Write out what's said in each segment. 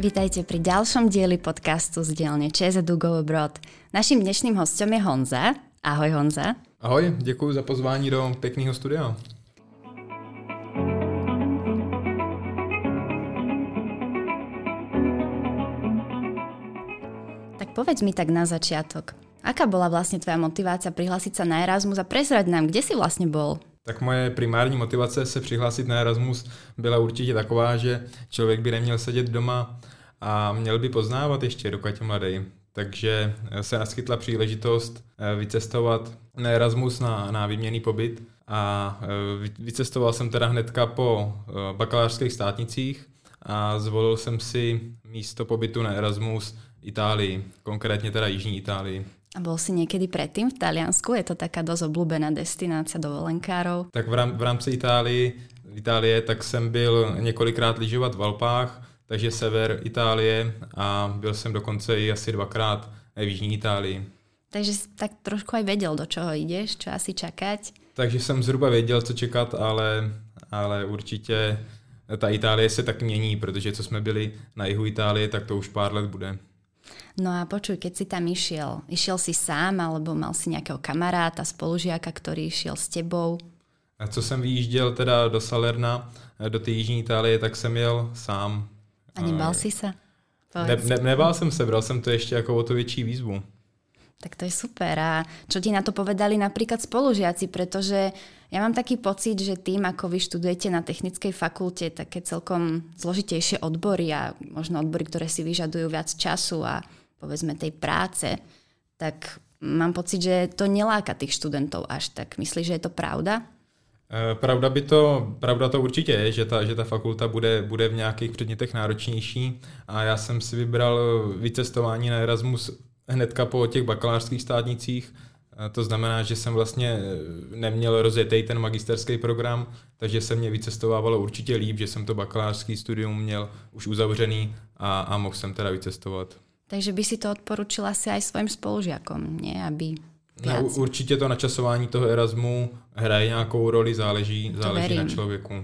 Vítajte pri ďalšom dieli podcastu z dielne ČSED Go Abroad. Naším dnešným hostom je Honza. Ahoj Honza. Ahoj, děkuji za pozvání do pěkného studia. Tak povedz mi tak na začiatok. Aká bola vlastne tvoja motivácia prihlásiť sa na Erasmus a prezrať nám, kde si vlastne bol? Tak moje primární motivace se přihlásit na Erasmus byla určitě taková, že člověk by neměl sedět doma a měl by poznávat ještě, dokud je mladý. Takže se naskytla příležitost vycestovat na Erasmus na výměnný pobyt a vycestoval jsem teda hnedka po bakalářských státnicích a zvolil jsem si místo pobytu na Erasmus Itálii, konkrétně teda Jižní Itálii. A bol si niekedy predtým v Taliansku? Je to taká dosť obľúbená destinácia dovolenkárov. Tak v rámci Itálie tak jsem byl několikrát lyžovat v Alpách, takže sever Itálie a byl jsem dokonce i asi 2krát v Jižní Itálii. Takže si tak trošku aj vedel, do čoho ideš, čo asi čakať? Takže jsem zhruba věděl, co čekat, ale určitě ta Itálie se tak mění, protože co jsme byli na jihu Itálie, tak to už pár let bude. No a počuj, keď si tam išiel si sám, alebo mal si nejakého kamaráta, spolužiaka, ktorý išiel s tebou? A co jsem vyjížděl teda do Salerna, do té Jižní Itálie, tak jsem jel sám. A nebál si sa? Nebál jsem se, bral jsem to ještě jako o to větší výzvu. Tak to je super. A čo ti na to povedali napríklad spolužiaci? Pretože ja mám taký pocit, že tým, ako vy študujete na technickej fakulte také celkom zložitejšie odbory a možno odbory, ktoré si vyžadujú viac času a povedzme tej práce, tak mám pocit, že to neláka tých študentov až tak. Myslíš, že je to pravda? Pravda to určitě je, že ta fakulta bude v nějakých předmětech náročnější a já jsem si vybral vycestování na Erasmus hnedka po těch bakalářských státnicích. To znamená, že jsem vlastně neměl rozjetý ten magisterský program, takže se mě vycestovávalo určitě líp, že jsem to bakalářský studium měl už uzavřený a mohl jsem teda vycestovat. Takže by si to odporučil asi aj svojim spolužiakom, nie? Aby no, určitě to načasování toho Erasmu hraje nějakou roli, záleží na člověku.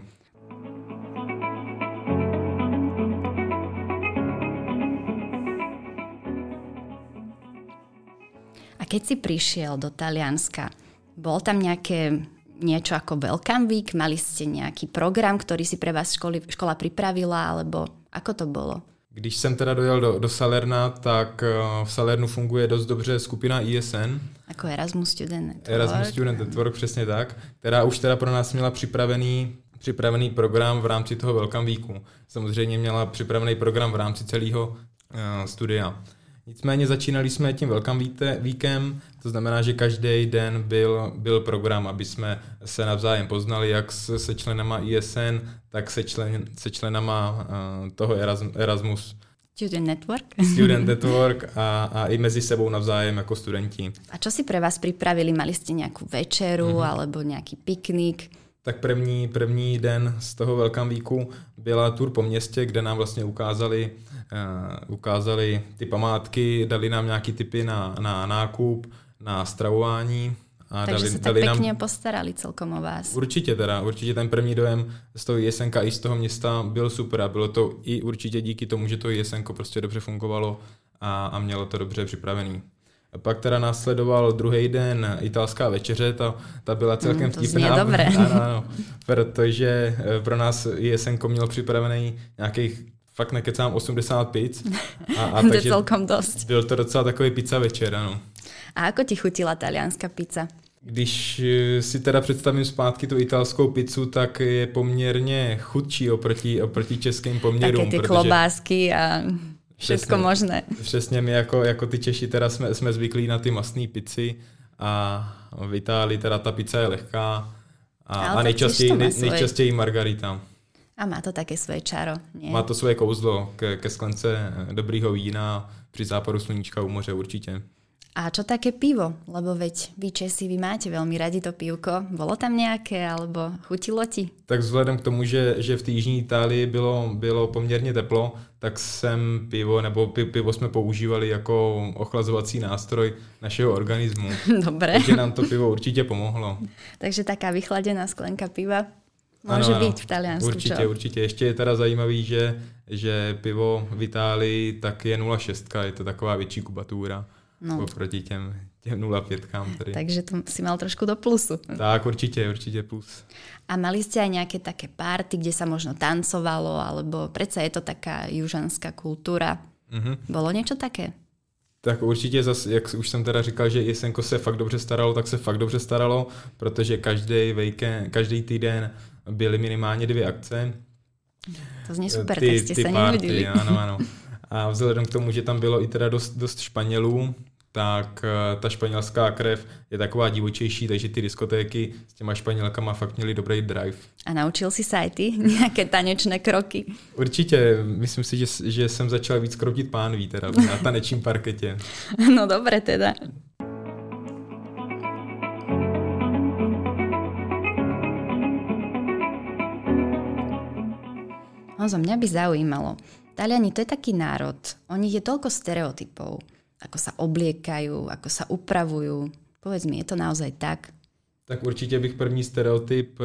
A keď si prišiel do Talianska, bol tam niečo ako Welcome Week? Mali ste nejaký program, ktorý si pre vás škola pripravila, alebo ako to bolo? Když jsem teda dojel do Salerna, tak v Salernu funguje dost dobře skupina ISN. Jako Erasmus Student Network. Erasmus Student Network, přesně tak, která už teda pro nás měla připravený program v rámci toho Welcome Weeku. Samozřejmě měla připravený program v rámci celého studia. Nicméně začínali jsme tím Welcome Weekem, to znamená, že každý den byl program, aby jsme se navzájem poznali, jak se členama ISN, tak se členama toho Erasmus Student Network a i mezi sebou navzájem jako studenti. A čo si pre vás pripravili? Mali ste nejakú večeru alebo nejaký piknik? Tak první den z toho Welcome Weeku byla tour po městě, kde nám vlastně ukázali ty památky, dali nám nějaký tipy na nákup, na stravování. A takže se tak pěkně postarali celkom o vás. Určitě ten první dojem z toho ISNka i z toho města byl super a bylo to i určitě díky tomu, že to ISNko prostě dobře fungovalo a mělo to dobře připravený. A pak teda následoval druhý den italská večeře, ta byla celkem vtipná. To znie dobré. Ano, protože pro nás ISNko mělo připravený nějakých, fakt nekecám, 80 pizz. A to je celkom dosť. Byl to docela takový pizza večer, ano. A ako ti chutila talianská pizza? Když si teda představím zpátky tu italskou pizzu, tak je poměrně chudší oproti českým poměrům. Také ty klobásky a všetko možné. Přesně, my jako ty Češi teda jsme zvyklí na ty mastné pici a v Itálii teda ta pizza je lehká a nejčastěji margarita. A má to také svoje čaro, nie? Má to svoje kouzlo ke sklence dobrýho vína při západu sluníčka u moře určitě. A čo také pivo? Lebo veď vy Česi, vy máte veľmi radi to pivko. Bolo tam nejaké, alebo chutilo ti? Tak vzhledem k tomu, že v té Jižní Itálii bylo poměrně teplo, tak jsem pivo jsme používali jako ochlazovací nástroj našeho organismu. Dobre. Takže nám to pivo určitě pomohlo. Takže taká vychladená sklenka piva? Môže byť v Taliansku, Určite. Ešte je teda zajímavý, že pivo v Itálii tak je 0,6, je to taková větší kubatúra oproti těm 0,5. Tady. Takže to si mal trošku do plusu. Tak, určite plus. A mali ste aj nejaké také party, kde sa možno tancovalo, alebo predsa je to taká južanská kultúra. Bolo niečo také? Tak určitě zase, jak už jsem teda říkal, že Jesenko se fakt dobře staralo, tak se fakt dobře staralo, protože každý týden byly minimálně 2 akce. To zní super, tak ste sa nevideli. Ano. A vzhledem k tomu, že tam bylo i teda dost Španělů, tak ta španělská krev je taková divočejší, takže ty diskotéky s těma Španělkama fakt měli dobrý drive. A naučil si sa aj ty nejaké tanečné kroky? Určitě, myslím si, že jsem začal víc krotit pánví teda na tanečním parketě. No dobre teda. Honzo, mňa by zaujímalo. Taliani, to je taký národ. O nich je toľko stereotypov. Ako sa obliekajú, ako sa upravujú. Povedz mi, je to naozaj tak? Tak určitě bych první stereotyp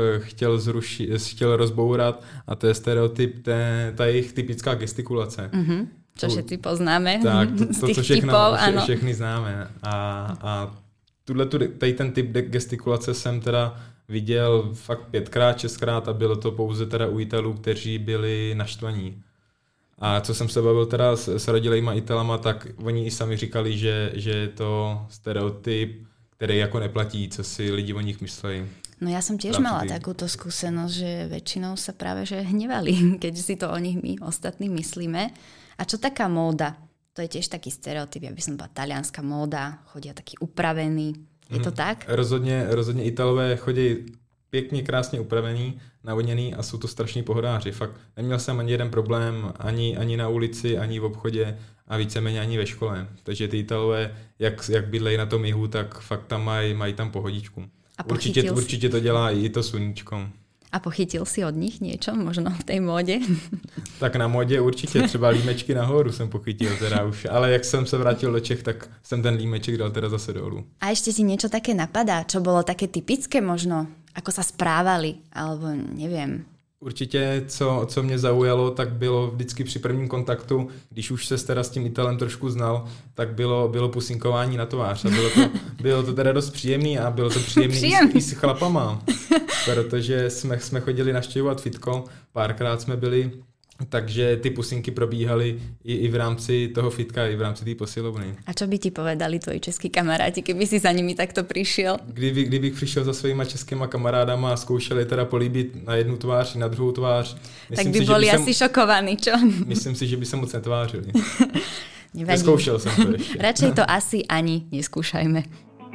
chtěl rozbourat a to je stereotyp ta jejich typická gestikulace. Čo všetci poznáme. Tak, to z tých co typov, všechny známe. A tady ten typ gestikulace jsem teda viděl fakt 5krát, 6krát a bylo to pouze teda u Italů, kteří byli naštvaní. A co jsem se bavil teda s rodilejma Italama, tak oni i sami říkali, že je to stereotyp, který jako neplatí, co si lidi o nich myslejí. No ja som tiež mala takúto skúsenosť, že väčšinou sa práve že hnevali, keď si to o nich my ostatní myslíme. A čo taká móda? To je tiež taký stereotyp, ja by som bola talianská móda, chodia taký upravený. Je to tak? Rozhodně Italové chodí pěkně, krásně upravený, navodněný a jsou to strašní pohodáři. Fakt neměl jsem ani jeden problém ani na ulici, ani v obchodě a víceméně ani ve škole. Takže ty Italové, jak bydlejí na tom jihu, tak fakt tam mají tam pohodičku. Určitě to dělá i to sluníčko. A pochytil si od nich niečo možno v tej móde? Tak na módě určitě, třeba límečky nahoru jsem pochytil teda už, ale jak jsem se vrátil do Čech, tak jsem ten límeček dal teda zase dolů. A ešte si niečo také napadá, čo bolo také typické možno, ako sa správali, alebo neviem. Určitě, co mě zaujalo, tak bylo vždycky při prvním kontaktu, když už se teda s tím Italem trošku znal, tak bylo pusinkování na tvář. A bylo to teda dost příjemný a bylo to příjemný i s chlapama, protože jsme chodili navštěvovat fitko, párkrát jsme byli, takže ty pusinky probíhaly i v rámci toho fitka, i v rámci té posilovny. A čo by ti povedali tvoji českí kamaráti, keby si za nimi takto prišiel? Kdybych přišel za svýma českýma kamarádama a zkoušeli teda políbit na jednu tvář i na druhou tvář. Tak by boli asi šokovaní, čo? Myslím si, že by se moc netvářili. Nevadí. Neskoušel jsem to ještě. Radšej to asi ani neskúšajme.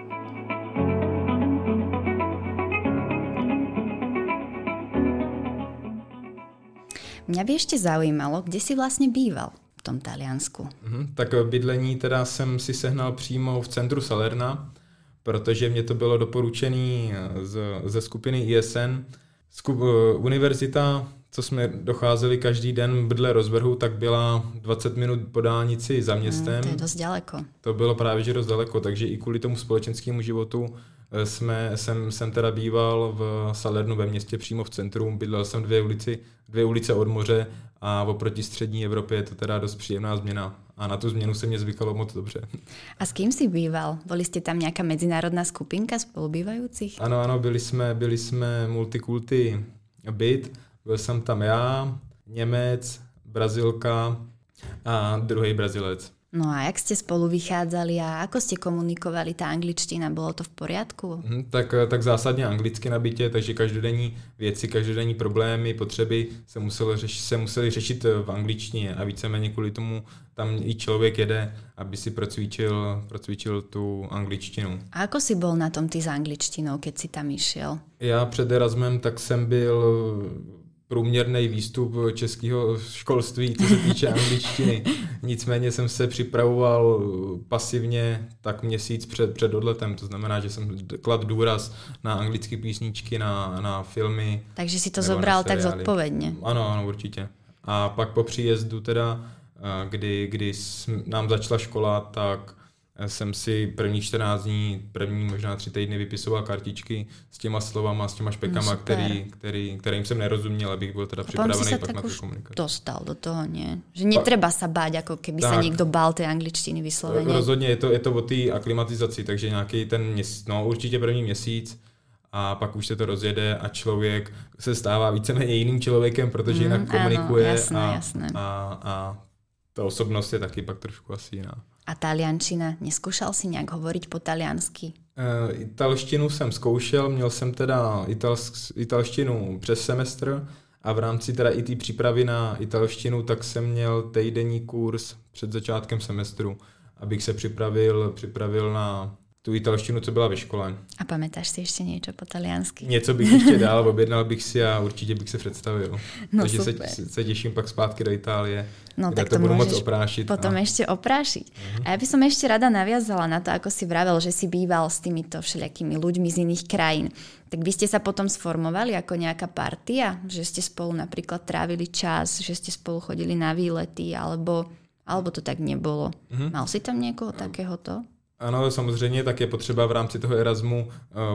Mňa by ešte zaujímalo, kde si vlastne býval v tom Taliansku. Tak bydlení teda jsem si sehnal přímo v centru Salerna, protože mě to bylo doporučené ze skupiny ISN. Univerzita, co jsme docházeli každý den bydle rozvrhu, tak byla 20 minut po dálnici za městem. To je dost daleko. To bylo právě že dost daleko, takže i kvůli tomu společenskému životu jsem teda býval v Salernu ve městě přímo v centru, bydlel jsem 2 ulice od moře a oproti střední Evropě je to teda dost příjemná změna a na tu změnu se mě zvykalo moc dobře. A s kým si býval? Boli ste tam nejaká medzinárodná skupinka spolubývajúcich? Ano, byli jsme multikulty byt, byl jsem tam já, Němec, Brazilka a druhý Brazilec. No a jak ste spolu vychádzali a ako ste komunikovali? Tá angličtina, bolo to v poriadku? Tak zásadně anglicky na bytě, takže každodenní věci, každodenní problémy, potřeby se museli řešit v angličtině a víceméně kvůli tomu tam i člověk jede, aby si procvičil tu angličtinu. A ako si bol na tom ty s angličtinou, keď si tam išiel? Já před Erasmem tak jsem byl průměrný výstup českého školství, co se týče angličtiny. Nicméně jsem se připravoval pasivně tak měsíc před odletem, to znamená, že jsem kladl důraz na anglické písničky, na filmy. Takže si to zobral tak zodpovědně. Ano, určitě. A pak po příjezdu teda, kdy nám začala škola, tak jsem si první 14 dní, první možná 3 týdny vypisoval kartičky s těma slovama, s těma špekama, kterým jsem nerozuměl, abych byl teda připravený pak na tu komunikaci. Dostal do toho, nie? Že netreba sa báť, ako keby sa niekto bál tej angličtiny vyslovene. Rozhodně je to o té aklimatizaci, takže nějaký ten měsíc, určitě první měsíc, a pak už se to rozjede a člověk se stává víceméně jiným člověkem, protože jinak komunikuje. Ano, jasné. A ta osobnost je taky pak trošku asi jiná. A taliančina, neskúšal si nějak hovoriť po taliansky? Italštinu jsem zkoušel, měl jsem teda italštinu přes semestr a v rámci teda i té přípravy na italštinu, tak jsem měl týdenní kurz před začátkem semestru, abych se připravil na tu italštinu, co byla ve škole. A pamätáš si ještě něco po taliansky? Něco bych ještě dál, objednal bych si a určitě bych se představil. No, takže se těším pak zpátky do Itálie, kde to budu moc oprášit. Potom ešte oprášiť. A ja by som ešte rada naviazala na to, ako si vravel, že si býval s týmito všelijakými ľuďmi z iných krajín. Tak vy ste sa potom sformovali ako nejaká partia? Že ste spolu napríklad trávili čas, že ste spolu chodili na výlety, alebo to tak nebolo? Mal si tam niekoho takéhoto? Ano, samozřejmě, tak je potřeba v rámci toho Erasmu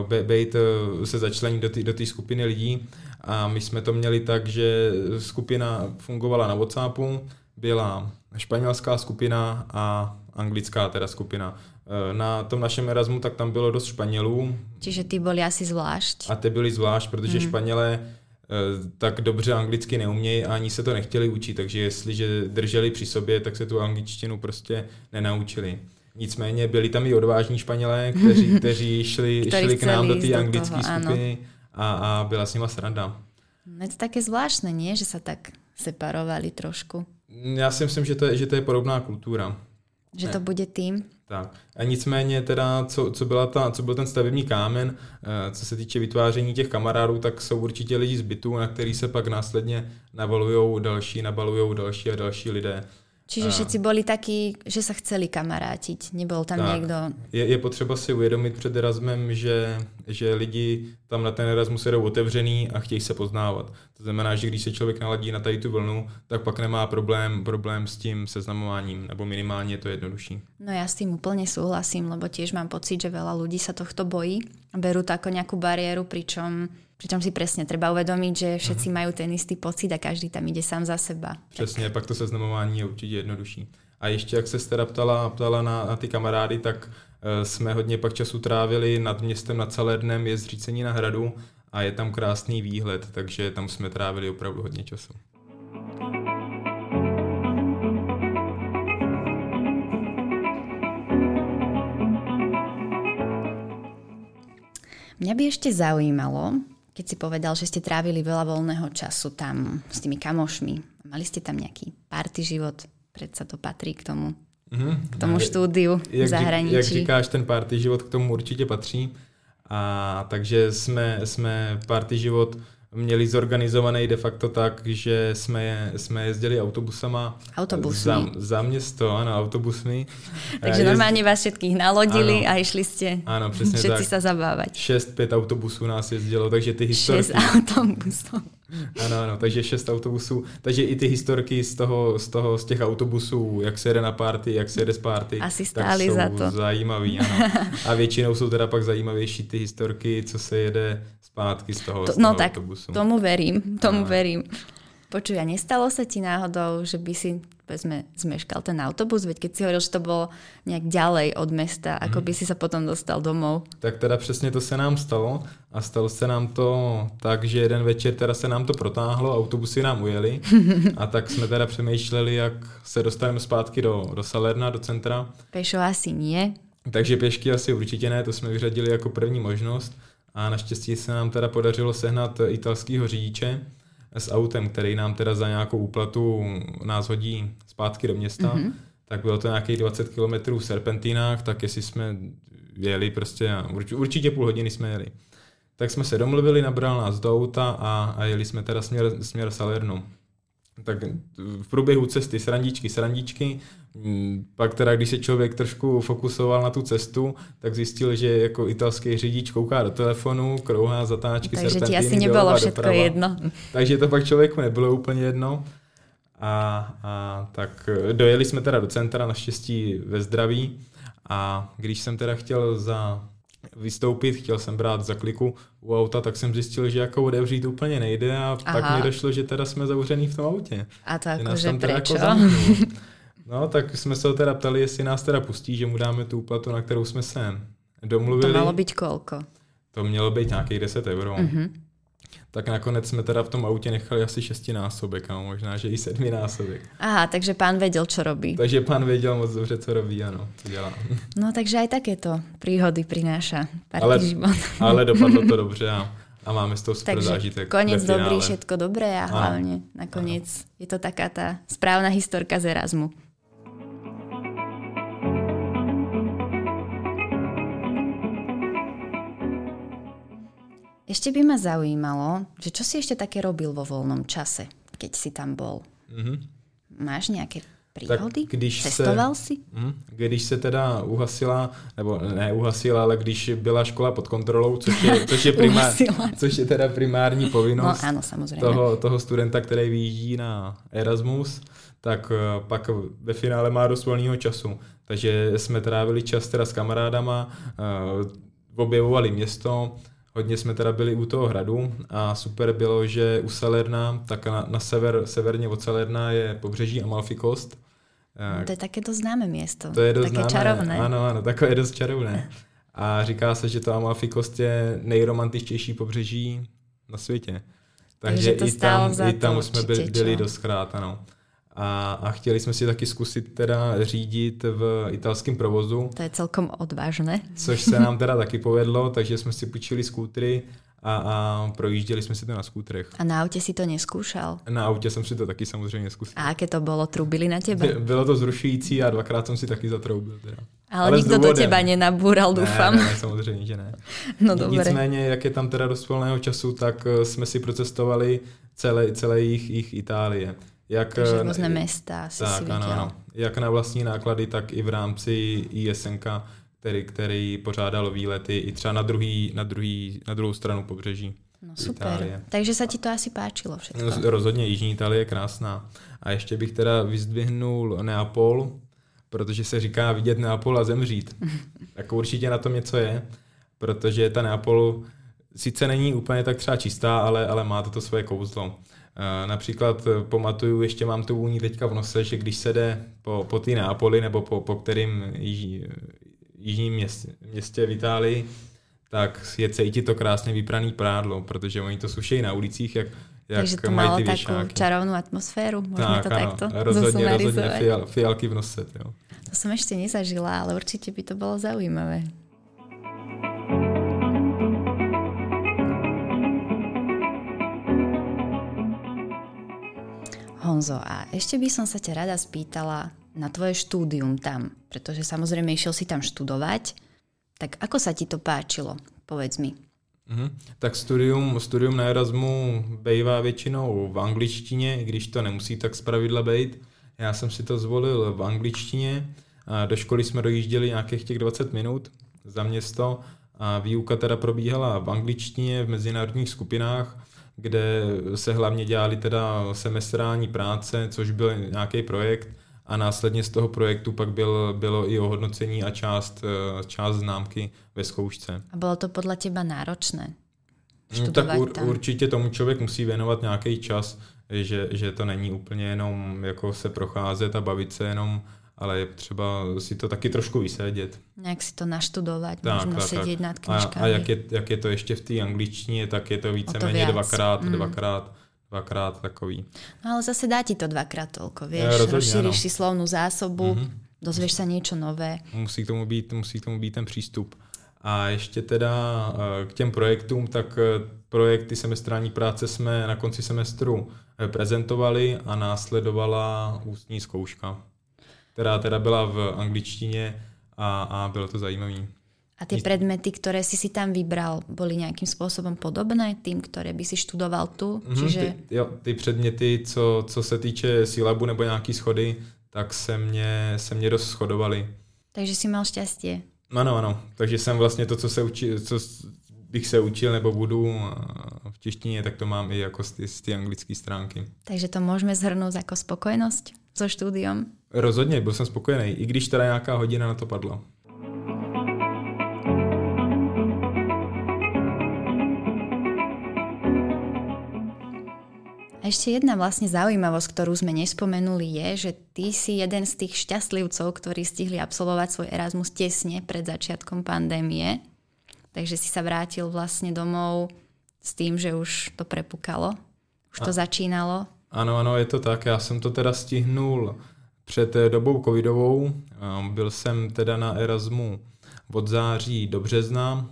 se začlenit do té skupiny lidí a my jsme to měli tak, že skupina fungovala na WhatsAppu, byla španělská skupina a anglická teda skupina. Na tom našem Erasmu tak tam bylo dost Španělů. Čiže ty byli asi zvlášť. A ty byli zvlášť, protože Španělé tak dobře anglicky neumějí a ani se to nechtěli učit, takže jestliže drželi při sobě, tak se tu angličtinu prostě nenaučili. Nicméně byli tam i odvážní Španělé, kteří šli k nám do té anglické skupiny a byla s nima sranda. Je to také zvláštne, nie? Že sa tak separovali trošku. Já si myslím, že to je podobná kultura. Že to bude tým? Tak. A nicméně teda, co byl ten stavební kámen, co se týče vytváření těch kamarádů, tak jsou určitě lidi z bytu, na který se pak následně nabalujou další a další lidé. Čiže všetci boli takí, že sa chceli kamarátiť, nebol tam niekto... Je potřeba si uvědomit před Erasmem, že lidi tam na ten Erasmus jdou otevřený a chtějí se poznávat. To znamená, že když se člověk naladí na tady tu vlnu, tak pak nemá problém s tím seznamováním, nebo minimálně je to jednodušší. No ja s tým úplne súhlasím, lebo tiež mám pocit, že veľa ľudí sa tohto bojí a berú to ako nejakú bariéru, pričom si presne treba uvedomiť, že všetci majú ten istý pocit a každý tam ide sám za seba. Přesně, pak to seznamování je určitě jednodušší. A ještě jak se teda ptala na ty kamarády, tak jsme hodně pak času trávili nad městem, nad Salérnem, je Zřícení na hradu a je tam krásný výhled, takže tam jsme trávili opravdu hodně času. Mňa by ešte zaujímalo, keď si povedal, že ste trávili veľa voľného času tam s tými kamošmi. Mali ste tam nejaký party život? Predsa to patrí k tomu, k tomu štúdiu v zahraničí. Jak říkáš, ten party život k tomu určitě patří. A takže jsme party život měli zorganizovaný de facto tak, že jsme jezdili autobusama. Autobusmi. Za město, ano, autobusmi. Takže normálně vás všetkých nalodili, ano, a išli ste všetci sa zabávať. 6-5 autobusů nás jezdilo, takže ty historky... 6 autobusů. Ano, takže 6 autobusů. Takže i ty historky z těch autobusů, jak se jede na party, jak se jede z party, asi stály za to. Zajímavý, ano. A většinou jsou teda pak zajímavější ty historky, co se jede zpátky z toho autobusu. Tak, tomu verím. Počuj, a nestalo sa ti náhodou, že by si zmeškal ten autobus, veď keď si hovoril, že to bolo nejak ďalej od mesta, ako by si sa potom dostal domov? Tak teda přesně to se nám stalo a stalo se nám to tak, že jeden večer teda se nám to protáhlo, autobusy nám ujeli a tak jsme teda přemýšleli, jak se dostaneme zpátky do Salerna, do centra. Pešo asi nie. Takže pěšky asi určitě ne, to jsme vyřadili jako první možnost a naštěstí se nám teda podařilo sehnat italského řidiče s autem, který nám teda za nějakou úplatu nás hodí zpátky do města. Tak bylo to nějakých 20 kilometrů v serpentínách, tak jestli jsme jeli prostě, určitě půl hodiny jsme jeli. Tak jsme se domluvili, nabral nás do auta a jeli jsme teda směr Salernu. Tak v průběhu cesty srandičky, pak teda, když se člověk trošku fokusoval na tu cestu, tak zjistil, že jako italský řidič kouká do telefonu, krouhá zatáčky, takže serpentíny, ti asi nebylo všetko jedno. Takže to pak člověku nebylo úplně jedno. A tak dojeli jsme teda do centra, naštěstí ve zdraví A když jsem teda chtěl vystoupit, chtěl jsem brát za kliku u auta, tak jsem zjistil, že jako otevřít úplně nejde a pak mi došlo, že teda jsme zavřený v tom autě. A to akože prečo? No, tak jsme se ho teda ptali, jestli nás teda pustí, že mu dáme tu úplatu, na kterou jsme se domluvili. To malo byť koľko? To mělo být nějakých 10 €. Tak nakonec jsme teda v tom autě nechali asi 6násobek, a možná, že i 7násobek. Aha, takže pán vedel, čo robí. Takže pán věděl moc dobře, co robí, ano, co dělá. No, takže aj takéto príhody prináša život. Ale dopadlo to dobře a máme z toho super zážitek. Takže koniec dobrý, všetko dobré a hlavne nakoniec je to taká tá správna historka z Erasmu. Ešte by ma zaujímalo, že čo si ešte také robil vo voľnom čase, keď si tam bol? Máš nejaké príhody? Cestoval si? Když se teda uhasila, nebo ne uhasila, ale když byla škola pod kontrolou, což je teda primární povinnost toho studenta, který vyjíždí na Erasmus, tak pak ve finále má dost volného času. Takže jsme trávili čas teda s kamarádama, objevovali město. Hodně jsme teda byli u toho hradu a super bylo, že u Salerna, tak severně od Salerna je pobřeží Amalfi Coast. To je také dost známé město. To je dost také čarovné. Ano, takové dost čarovné. A říká se, že to Amalfi Coast je nejromantičtější pobřeží na světě. Takže i tam jsme byli dostkrát, ano. A chtěli jsme si taky zkusit teda řídit v italském provozu. To je celkom odvážné. Což se nám teda taky povedlo, takže jsme si půjčili skútry a projížděli jsme si to na skútrech. A na autě si to neskúšal? Na autě jsem si to taky samozřejmě zkusil. A aké to bylo? Trubili na tebe? Bylo to zrušující a 2krát jsem si taky zatroubil. Teda. Ale nikdo do teba nenabúral, doufám. Ne, samozřejmě, že ne. No dobré. Nicméně, jak je tam teda dost volného času, tak jsme si procestovali celé jich Itálie. Takže různé města si viděl. Ano. Jak na vlastní náklady, tak i v rámci ISNK, který pořádal výlety i třeba na druhou stranu pobřeží. No super, Itálie. Takže se ti to asi páčilo všechno. No, rozhodně, Jižní Itálie je krásná. A ještě bych teda vyzdvihnul Neapol, protože se říká vidět Neapol a zemřít. Tak určitě na tom něco je, protože ta Neapol sice není úplně tak třeba čistá, ale má to svoje kouzlo. Například pamatuju, ještě mám tu vůni teďka v nose, že když se jde po té Neapoli nebo po kterým jižním městě v Itálii, tak je cítit to krásně vypraný prádlo, protože oni to sušejí na ulicích, jak takže to mají malo ty takú čarovnú atmosféru, môžeme to takto rozhodně fialky v nose. Jo. To som ešte nezažila, ale určite by to bolo zaujímavé. Honzo, a ešte by som sa ťa rada spýtala na tvoje štúdium tam, pretože samozrejme išiel si tam študovať, tak ako sa ti to páčilo? Povedz mi. Tak studium na Erasmu bývá většinou v angličtině, i když to nemusí tak zpravidla být. Já jsem si to zvolil v angličtině a do školy jsme dojížděli nějakých těch 20 minut za město a výuka teda probíhala v angličtině v mezinárodních skupinách, kde se hlavně dělali teda semestrální práce, což byl nějaký projekt a následně z toho projektu pak bylo i ohodnocení a část známky ve zkoušce. A bylo to podle těba náročné? Tak určitě tomu člověk musí věnovat nějaký čas, že to není úplně jenom jako se procházet a bavit se jenom, ale je třeba si to taky trošku vysédět. Jak si to naštudovat, možno sedět nad knížkami. A jak je to ještě v té angličtině, tak je to víceméně dvakrát takový. No ale zase dá ti to dvakrát toľko, vieš, rozšíriš si slovnú zásobu, dozvieš sa niečo nové. Musí k tomu být ten přístup. A ještě teda k těm projektům, tak projekty semestrální práce jsme na konci semestru prezentovali a následovala ústní zkouška, která teda byla v angličtině a bylo to zajímavé. A tie predmety, ktoré si tam vybral, boli nejakým spôsobom podobné tým, ktoré by si študoval tu? Čiže... Ty předměty, co se týče syllabu nebo nějaký schody, tak se mě dost shodovaly. Takže si mal šťastie. Ano. Takže jsem vlastně to, co bych se učil nebo budu v češtině, tak to mám i jako z té anglické stránky. Takže to môžeme zhrnúť ako spokojnosť so štúdiom? Rozhodně, byl jsem spokojený, i když teda nějaká hodina na to padla. A ešte jedna vlastne zaujímavosť, ktorú sme nespomenuli, je, že ty si jeden z tých šťastlivcov, ktorí stihli absolvovať svoj Erasmus tesne pred začiatkom pandémie. Takže si sa vrátil vlastne domov s tým, že už to prepukalo, už to začínalo. Ano, je to tak. Já jsem to teda stihnul před dobou covidovou. Byl jsem teda na Erasmu od září do března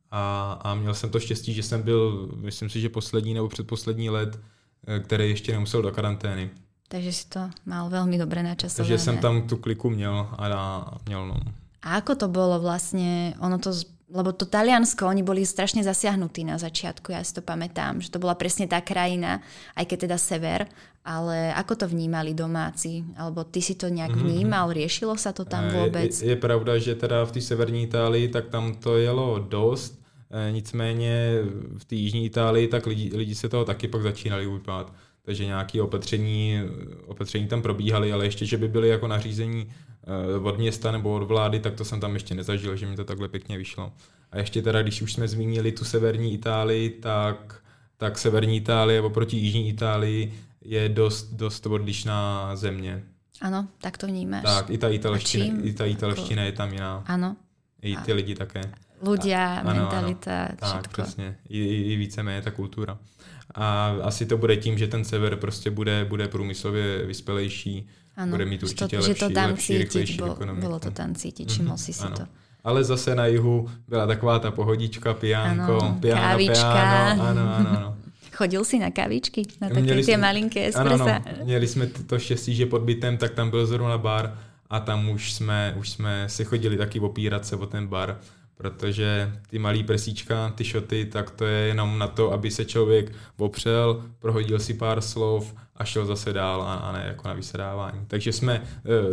a měl jsem to štěstí, že jsem byl, myslím si, že poslední nebo předposlední let, který ještě nemusel do karantény. Takže si to mal veľmi dobre načasované. Takže jsem tam tu kliku měl. No. A ako to bolo vlastne, lebo to Taliansko, oni boli strašne zasiahnutí na začiatku, ja si to pamätám, že to bola presne tá krajina, aj keď teda sever, ale ako to vnímali domáci? Alebo ty si to nejak vnímal, riešilo sa to tam vôbec? Je pravda, že teda v té severní Itálii, tak tam to jelo dost, nicméně v té jižní Itálii, tak lidi se toho taky pak začínali ujpát. Takže nějaké opatření tam probíhaly, ale ještě, že by byly jako nařízení od města nebo od vlády, tak to jsem tam ještě nezažil, že mi to takhle pěkně vyšlo. A ještě teda, když už jsme zmínili tu severní Itálii, tak severní Itálie oproti jižní Itálii je dost odlišná země. Ano, tak to vnímáš. Tak, i ta italština je tam jiná. Ano. I ty lidi také. Ľudia, mentalita, ano. všetko. Tak, přesně. I víceméně ta kultura. A asi to bude tím, že ten sever prostě bude průmyslově vyspělejší, ano, bude mít určitě lepší rychlejší ekonomiku. Bylo to tam cítit, všimol si to. Ale zase na jihu byla taková ta pohodička, piano, kávička. Ano. Chodil si na kávičky? Na také tie malinké espressa? Ano, měli jsme to štěstí, že pod bytem, tak tam byl zrovna bar a tam už jsme si chodili taky opírat se o ten bar, protože ty malý presíčka, ty šoty, tak to je jenom na to, aby se člověk opřel, prohodil si pár slov a šel zase dál a ne jako na vysedávání. Takže jsme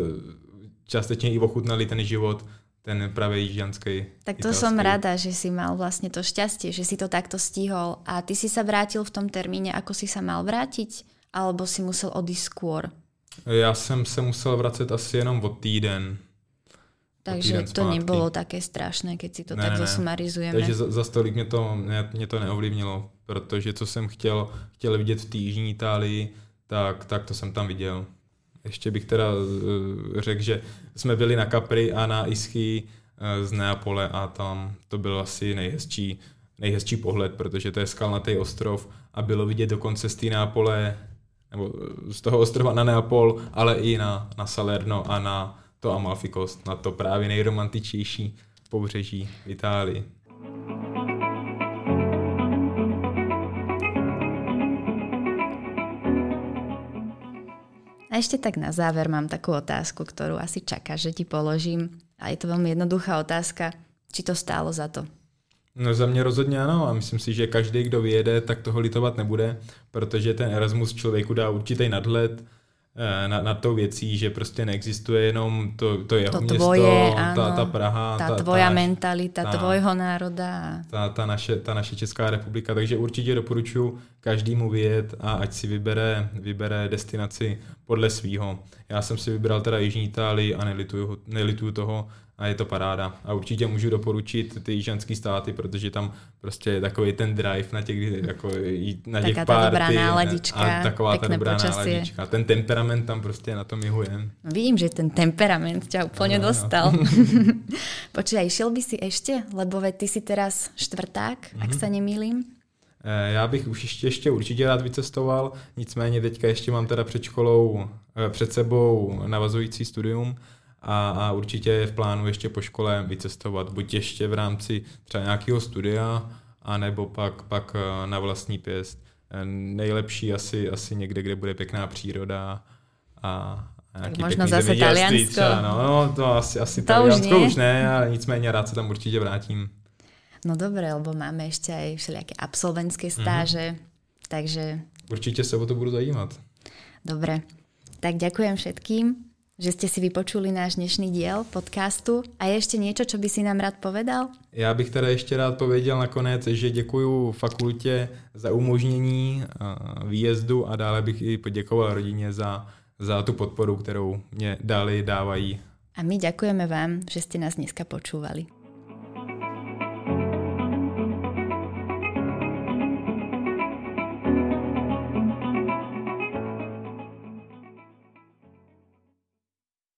částečně i ochutnali ten život, ten pravý jižďanský. Tak to som rada, že si mal vlastne to šťastie, že si to takto stihol. A ty si sa vrátil v tom termíne, ako si sa mal vrátiť? Alebo si musel odísť skôr? Já jsem se musel vracet asi jenom o týden. Takže to nebolo také strašné, keď si to tak zosumarizujeme. Takže za stolik mě to neovlivnilo, protože co jsem chtěl vidět v té jižní Itálii, tak to jsem tam viděl. Ještě bych teda řekl, že jsme byli na Capri a na Ischii z Neapole a tam to byl asi nejhezčí pohled, protože to je skalnatý ostrov a bylo vidět dokonce z té Neapole, nebo z toho ostrova na Neapol, ale i na Salerno a na to Amalfi Coast, na to právě nejromantičtější pobřeží v Itálii. A ešte tak na záver mám takú otázku, ktorú asi čakáš, že ti položím. A je to veľmi jednoduchá otázka. Či to stálo za to? No za mě rozhodně ano a myslím si, že každý, kdo vyjede, tak toho litovat nebude, protože ten Erasmus člověku dá určitý nadhled nad tou věcí, že prostě neexistuje jenom to jeho město, tvoje, áno, ta Praha, ta tvoja mentalita, tvojho národa. Ta naše Česká republika, takže určitě doporučuji každému vyjet a ať si vybere destinaci podle svýho. Já jsem si vybral teda Jižní Itálii a nelituju toho a je to paráda. A určitě můžu doporučit ty jižanský státy, protože tam prostě je takový ten drive na těch party a taková ta dobrá náladička. Ten temperament tam prostě na tom jihu je. No, vidím, že ten temperament ťa úplne dostal. Počkaj, išiel by si ešte? Lebo ty si teraz štvrták, ak sa nemýlim. Já bych už ještě určitě rád vycestoval, nicméně teďka ještě mám teda před sebou navazující studium a určitě je v plánu ještě po škole vycestovat, buď ještě v rámci třeba nějakého studia, anebo pak na vlastní pěst. Nejlepší asi někde, kde bude pěkná příroda a nějaký možno zase Taliansko. No, to asi to Taliansko už ne, ale nicméně rád se tam určitě vrátím. No dobre, lebo máme ešte aj všelijaké absolventské stáže, takže... Určite sa o to budú zajímať. Dobre, tak ďakujem všetkým, že ste si vypočuli náš dnešný diel podcastu. A je ešte niečo, čo by si nám rád povedal? Já bych teda ještě rád pověděl nakonec, že děkuju fakultě za umožnění výjezdu a dále bych i poděkoval rodině za tu podporu, kterou mě dávají. A my ďakujeme vám, že ste nás dneska počúvali.